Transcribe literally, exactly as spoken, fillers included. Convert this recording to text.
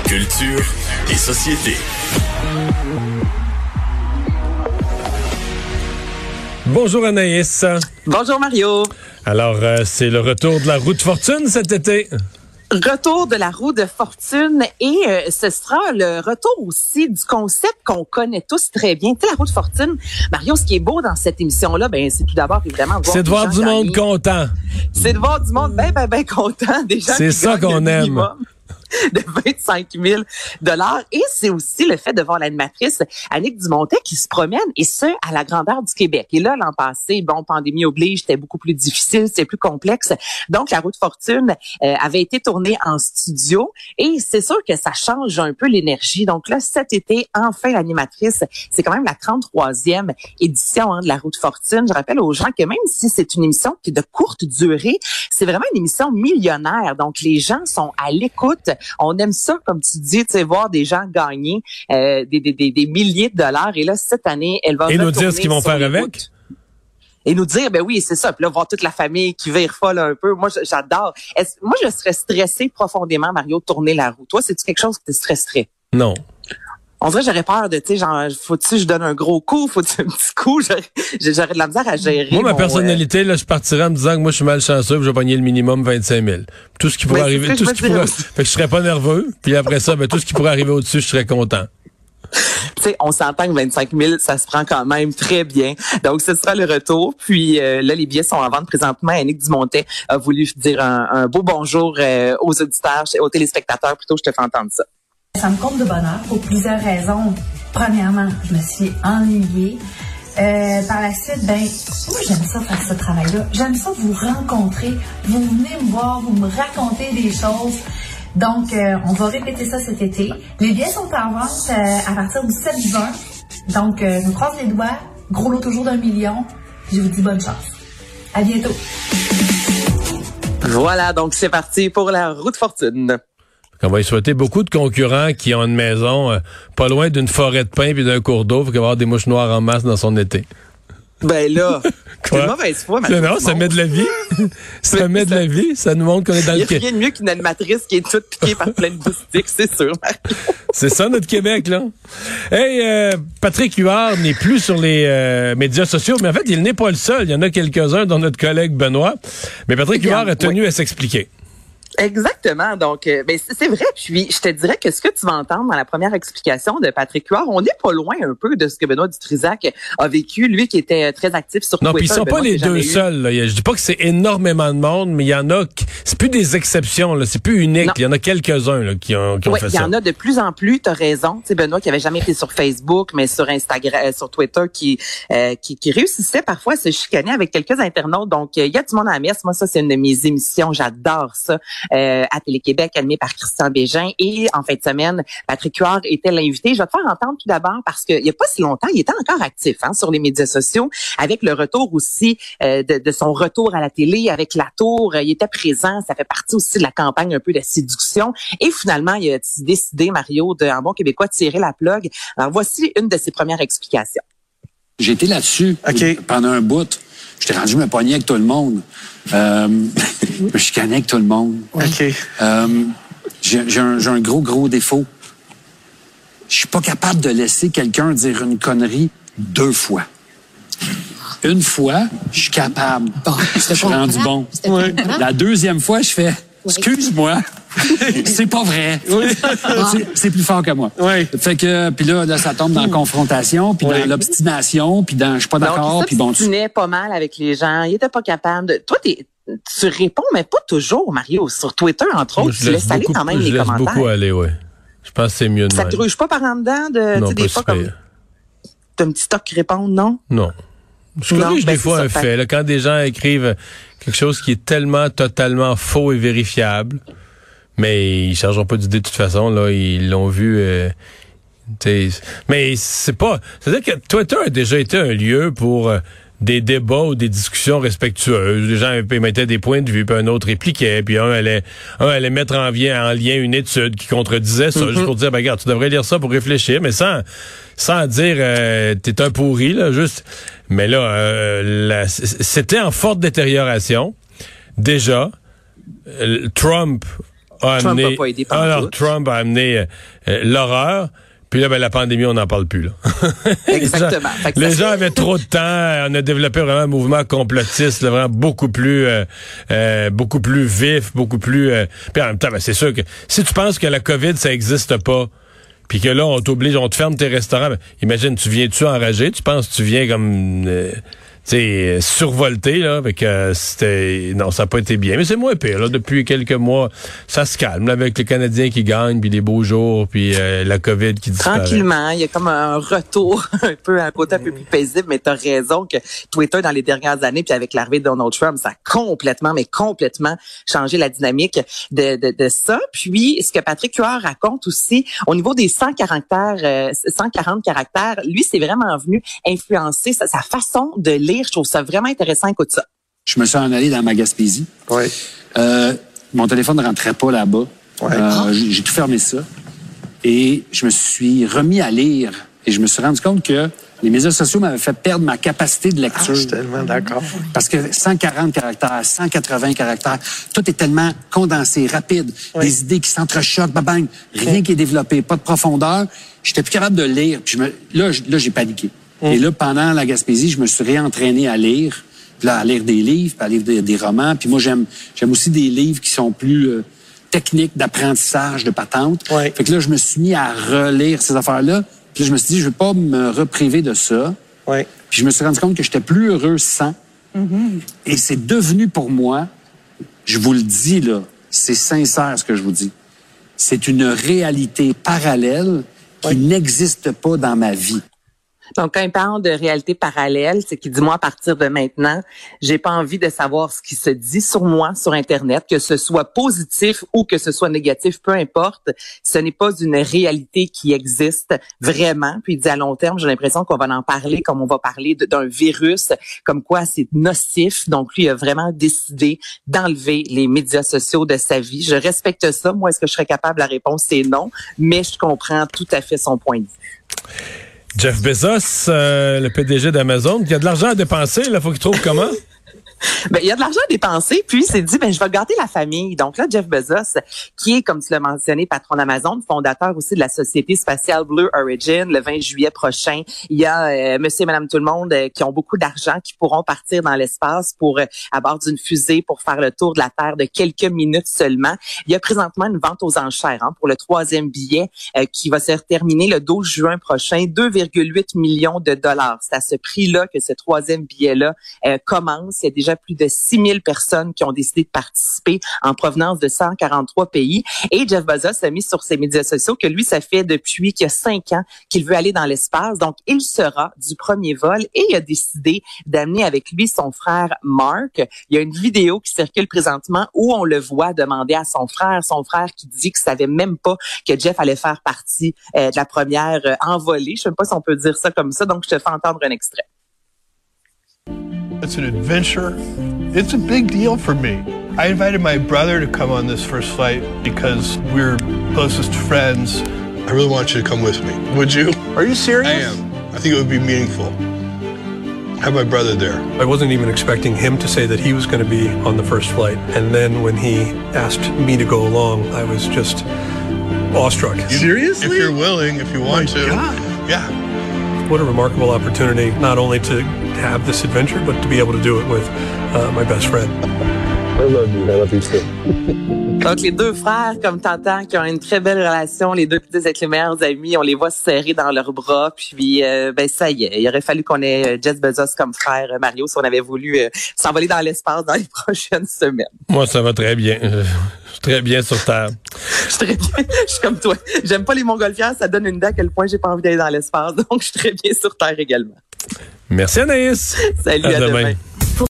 Culture et société. Bonjour Anaïs. Bonjour Mario. Alors, euh, c'est le retour de la roue de fortune cet été. Retour de la roue de fortune et euh, ce sera le retour aussi du concept qu'on connaît tous très bien. Tu sais, la roue de fortune, Mario, ce qui est beau dans cette émission-là, ben c'est tout d'abord évidemment de voir C'est de voir du monde gagner. content. C'est de voir du monde bien, bien, bien content. Des gens C'est qui ça gagnent qu'on le aime. minimum de vingt-cinq mille dollars. Et c'est aussi le fait de voir l'animatrice Annick Dumontet qui se promène, et ce, à la grandeur du Québec. Et là, l'an passé, bon, pandémie oblige, c'était beaucoup plus difficile, c'était plus complexe. Donc, la roue de fortune euh, avait été tournée en studio. Et c'est sûr que ça change un peu l'énergie. Donc là, cet été, enfin, l'animatrice, c'est quand même la trente-troisième édition hein, de la roue de fortune. Je rappelle aux gens que même si c'est une émission qui est de courte durée, c'est vraiment une émission millionnaire. Donc, les gens sont à l'écoute. On aime ça, comme tu dis, tu sais, voir des gens gagner euh, des, des, des, des milliers de dollars. Et là, cette année, elle va Et nous retourner dire ce qu'ils vont sur faire les avec. routes. Et nous dire, ben oui, c'est ça. Puis là, voir toute la famille qui vire folle un peu. Moi, j'adore. Est-ce, moi, je serais stressée profondément, Mario, de tourner la roue. Toi, c'est-tu quelque chose qui te stresserait? Non. On dirait j'aurais peur de, tu sais, genre, faut-tu que je donne un gros coup, faut-tu un petit coup? J'aurais, j'aurais de la misère à gérer. Moi, ma mon, personnalité, là, je partirais en me disant que moi, je suis malchanceux, puis je vais pogner le minimum vingt-cinq mille. Tout ce qui pourrait Ben, arriver, c'est tout ce ce que qui je me pourrait, dirais aussi. fait que je serais pas nerveux. Puis après ça, ben, tout ce qui pourrait arriver au-dessus, je serais content. Tu sais, on s'entend que vingt-cinq mille, ça se prend quand même très bien. Donc, ce sera le retour. Puis euh, là, les billets sont en vente présentement. Annick Dumontet a voulu dire un, un beau bonjour euh, aux auditeurs, aux téléspectateurs. Plutôt, je te fais entendre ça. Ça me comble de bonheur pour plusieurs raisons. Premièrement, je me suis ennuyée. Euh, par la suite, ben, moi j'aime ça faire ce travail-là. J'aime ça vous rencontrer. Vous venez me voir, vous me racontez des choses. Donc, euh, on va répéter ça cet été. Les billets sont en vente euh, à partir du sept juin. Donc, euh, je vous croise les doigts. Gros lot toujours d'un million. Puis je vous dis bonne chance. À bientôt. Voilà, donc c'est parti pour la roue de fortune. On va y souhaiter beaucoup de concurrents qui ont une maison euh, pas loin d'une forêt de pins puis d'un cours d'eau, faut qu'il va y avoir des mouches noires en masse dans son été. Ben là, c'est Quoi? une mauvaise foi. Non, non, ça met de la vie. ça met de la vie. Ça nous montre qu'on est dans Il n'y le a Québec. rien de mieux qu'une animatrice qui est toute piquée par plein de moustiques, c'est sûr. C'est ça, notre Québec, là. Hey, euh, Patrick Huard n'est plus sur les euh, médias sociaux, mais en fait, il n'est pas le seul. Il y en a quelques-uns, dont notre collègue Benoît. Mais Patrick Huard a tenu oui. à s'expliquer. Exactement. Donc, euh, ben, c'est vrai. Puis, je te dirais que ce que tu vas entendre dans la première explication de Patrick Huard, on n'est pas loin un peu de ce que Benoît Dutrisac a vécu, lui qui était très actif sur Non, Twitter. puis ils sont Benoît, pas les j'ai jamais deux eu. seuls. Là. Je dis pas que c'est énormément de monde, mais il y en a. Qui, c'est plus des exceptions. Là. C'est plus unique. Il y en a quelques-uns là, qui ont, qui ont Oui, fait il y ça. en a de plus en plus. T'as raison. Tu sais, Benoît qui avait jamais été sur Facebook, mais sur Instagram, euh, sur Twitter, qui, euh, qui qui réussissait parfois à se chicaner avec quelques internautes. Donc, il euh, y a du monde à la messe. Moi, ça, c'est une de mes émissions. J'adore ça. Euh, à Télé-Québec, animé par Christian Bégin. Et en fin de semaine, Patrick Huard était l'invité. Je vais te faire entendre tout d'abord parce qu'il y a pas si longtemps, il était encore actif hein, sur les médias sociaux, avec le retour aussi euh, de, de son retour à la télé, avec La Tour. Il était présent. Ça fait partie aussi de la campagne un peu de séduction. Et finalement, il a décidé, Mario, de, en bon québécois, tirer la plug. Alors, voici une de ses premières explications. J'ai été là-dessus okay. pendant un bout. J'étais rendu me pogner avec tout le monde. Euh, je chicanais avec tout le monde. Okay. Euh, j'ai, j'ai, un, j'ai un gros, gros défaut. Je suis pas capable de laisser quelqu'un dire une connerie deux fois. Une fois, je suis capable. Bon, je suis rendu bon. Ouais. La deuxième fois, je fais « Excuse-moi, c'est pas vrai. Oui. c'est, c'est plus fort que moi. » Oui. Fait que, puis là, là, ça tombe dans la confrontation, puis oui. dans l'obstination, puis dans « je suis pas d'accord », Donc, puis il bon... s'obstinait pas mal avec les gens. Il était pas capable de... Toi, t'es... tu réponds, mais pas toujours, Mario. Sur Twitter, entre autres, Moi, tu laisses aller quand même je les laisse commentaires. beaucoup aller, oui. Je pense que c'est mieux de Ça même. te gruge pas par en dedans de, non, tu sais, pas des fois super. comme... T'as un petit stock qui répond, non? Non. Je Non, corrige ben, des fois c'est un ça, fait. Là, quand des gens écrivent quelque chose qui est tellement, totalement faux et vérifiable, mais ils ne changeront pas d'idée de toute façon. Là, ils l'ont vu. Euh, mais c'est pas... C'est-à-dire que Twitter a déjà été un lieu pour... Euh, des débats ou des discussions respectueuses. Les gens mettaient des points de vue, puis un autre répliquait, puis un allait, un allait mettre en lien, en lien une étude qui contredisait ça, mm-hmm. juste pour dire, ben regarde, tu devrais lire ça pour réfléchir, mais sans, sans dire, euh, t'es un pourri, là, juste. Mais là, euh, la, c'était en forte détérioration. Déjà, euh, Trump a Trump amené, n'a pas aidé ah, non, pantoute. Trump a amené euh, euh, l'horreur. Puis là, ben, la pandémie, on n'en parle plus, là. Exactement. Fait que Les ça- gens avaient trop de temps. On a développé vraiment un mouvement complotiste, là, vraiment beaucoup plus, euh, euh, beaucoup plus vif, beaucoup plus. Euh... Puis en même temps, ben, c'est sûr que si tu penses que la COVID, ça existe pas, puis que là, on t'oblige, on te ferme tes restaurants. Ben, imagine, tu viens-tu enragé? Tu penses que tu viens comme, euh, tu sais, survolté, là, avec euh, c'était, non, ça n'a pas été bien. Mais c'est moins pire, là. Depuis quelques mois, ça se calme, là, avec les Canadiens qui gagnent, puis les beaux jours, puis euh, la COVID qui disparaît. Tranquillement, il y a comme un retour un peu, un côté un peu plus paisible, mais t'as raison que Twitter, dans les dernières années, puis avec l'arrivée de Donald Trump, ça a complètement, mais complètement changé la dynamique de, de, de ça. Puis, ce que Patrick Huard raconte aussi, au niveau des cent caractères, euh, cent quarante caractères, lui, c'est vraiment venu influencer sa, sa façon de lire. Je trouve ça vraiment intéressant. Écoute ça. Je me suis en allé dans ma Gaspésie. Oui. Euh, mon téléphone ne rentrait pas là-bas. Ouais. Euh, j'ai j'ai tout fermé ça. Et je me suis remis à lire. Et je me suis rendu compte que les médias sociaux m'avaient fait perdre ma capacité de Ah, lecture. je suis tellement d'accord. Parce que cent quarante caractères, cent quatre-vingts caractères, tout est tellement condensé, rapide. Oui. Des idées qui s'entrechoquent, bang, bang. Rien Oui. qui est développé, pas de profondeur. J'étais plus capable de lire. Puis je me, là, je- là, j'ai paniqué. Mm. Et là, pendant la Gaspésie, je me suis réentraîné à lire. Puis là, à lire des livres, puis à lire des, des romans. Puis moi, j'aime, j'aime aussi des livres qui sont plus euh, techniques, d'apprentissage, de patente. Oui. Fait que là, je me suis mis à relire ces affaires-là. Puis là, je me suis dit, je veux pas me repriver de ça. Oui. Puis je me suis rendu compte que j'étais plus heureux sans. Et c'est devenu pour moi, je vous le dis là, c'est sincère ce que je vous dis, c'est une réalité parallèle qui Oui. n'existe pas dans ma vie. Donc, quand il parle de réalité parallèle, c'est qu'il dit, moi, à partir de maintenant, j'ai pas envie de savoir ce qui se dit sur moi, sur Internet, que ce soit positif ou que ce soit négatif, peu importe. Ce n'est pas une réalité qui existe vraiment. Puis, il dit, à long terme, j'ai l'impression qu'on va en parler comme on va parler de- d'un virus, comme quoi c'est nocif. Donc, lui, il a vraiment décidé d'enlever les médias sociaux de sa vie. Je respecte ça. Moi, est-ce que je serais capable? La réponse, c'est non. Mais je comprends tout à fait son point de vue. Jeff Bezos, euh, le P D G d'Amazon, qui a de l'argent à dépenser, là, faut qu'il trouve comment? Ben, il y a de l'argent à dépenser, puis il s'est dit, ben, je vais gâter la famille. Donc là, Jeff Bezos, qui est, comme tu l'as mentionné, patron d'Amazon, fondateur aussi de la société spatiale Blue Origin, le vingt juillet prochain, il y a euh, monsieur et madame tout le monde euh, qui ont beaucoup d'argent, qui pourront partir dans l'espace pour euh, à bord d'une fusée pour faire le tour de la Terre de quelques minutes seulement. Il y a présentement une vente aux enchères hein, pour le troisième billet euh, qui va se terminer le douze juin prochain, deux virgule huit millions de dollars. C'est à ce prix-là que ce troisième billet-là euh, commence. Il y a déjà plus de six mille personnes qui ont décidé de participer en provenance de cent quarante-trois pays. Et Jeff Bezos a mis sur ses médias sociaux que lui, ça fait depuis qu'il y a cinq ans qu'il veut aller dans l'espace. Donc, il sera du premier vol et il a décidé d'amener avec lui son frère Mark. Il y a une vidéo qui circule présentement où on le voit demander à son frère, son frère qui dit qu'il savait même pas que Jeff allait faire partie euh, de la première euh, envolée. Je sais même pas si on peut dire ça comme ça. Donc, je te fais entendre un extrait. It's an adventure. It's a big deal for me. I invited my brother to come on this first flight because we're closest friends. I really want you to come with me. Would you? Are you serious? I am. I think it would be meaningful. Have my brother there. I wasn't even expecting him to say that he was going to be on the first flight. And then when he asked me to go along, I was just awestruck. Seriously? If you're willing, if you want My to. God. Yeah. What a remarkable opportunity, not only to have this adventure, but to be able to do it with uh, my best friend. I love you. I love you too. Donc, les deux frères, comme t'entends, qui ont une très belle relation, les deux petits être les meilleurs amis, on les voit se serrer dans leurs bras, puis euh, ben ça y est, il aurait fallu qu'on ait Jeff Bezos comme frère, Mario, si on avait voulu euh, s'envoler dans l'espace dans les prochaines semaines. Moi, ça va très bien. Je suis très bien sur Terre. Je suis très bien, je suis comme toi. J'aime pas les montgolfières, ça donne une idée à quel point j'ai pas envie d'aller dans l'espace, donc je suis très bien sur Terre également. Merci Anaïs. Salut, à, à demain. demain.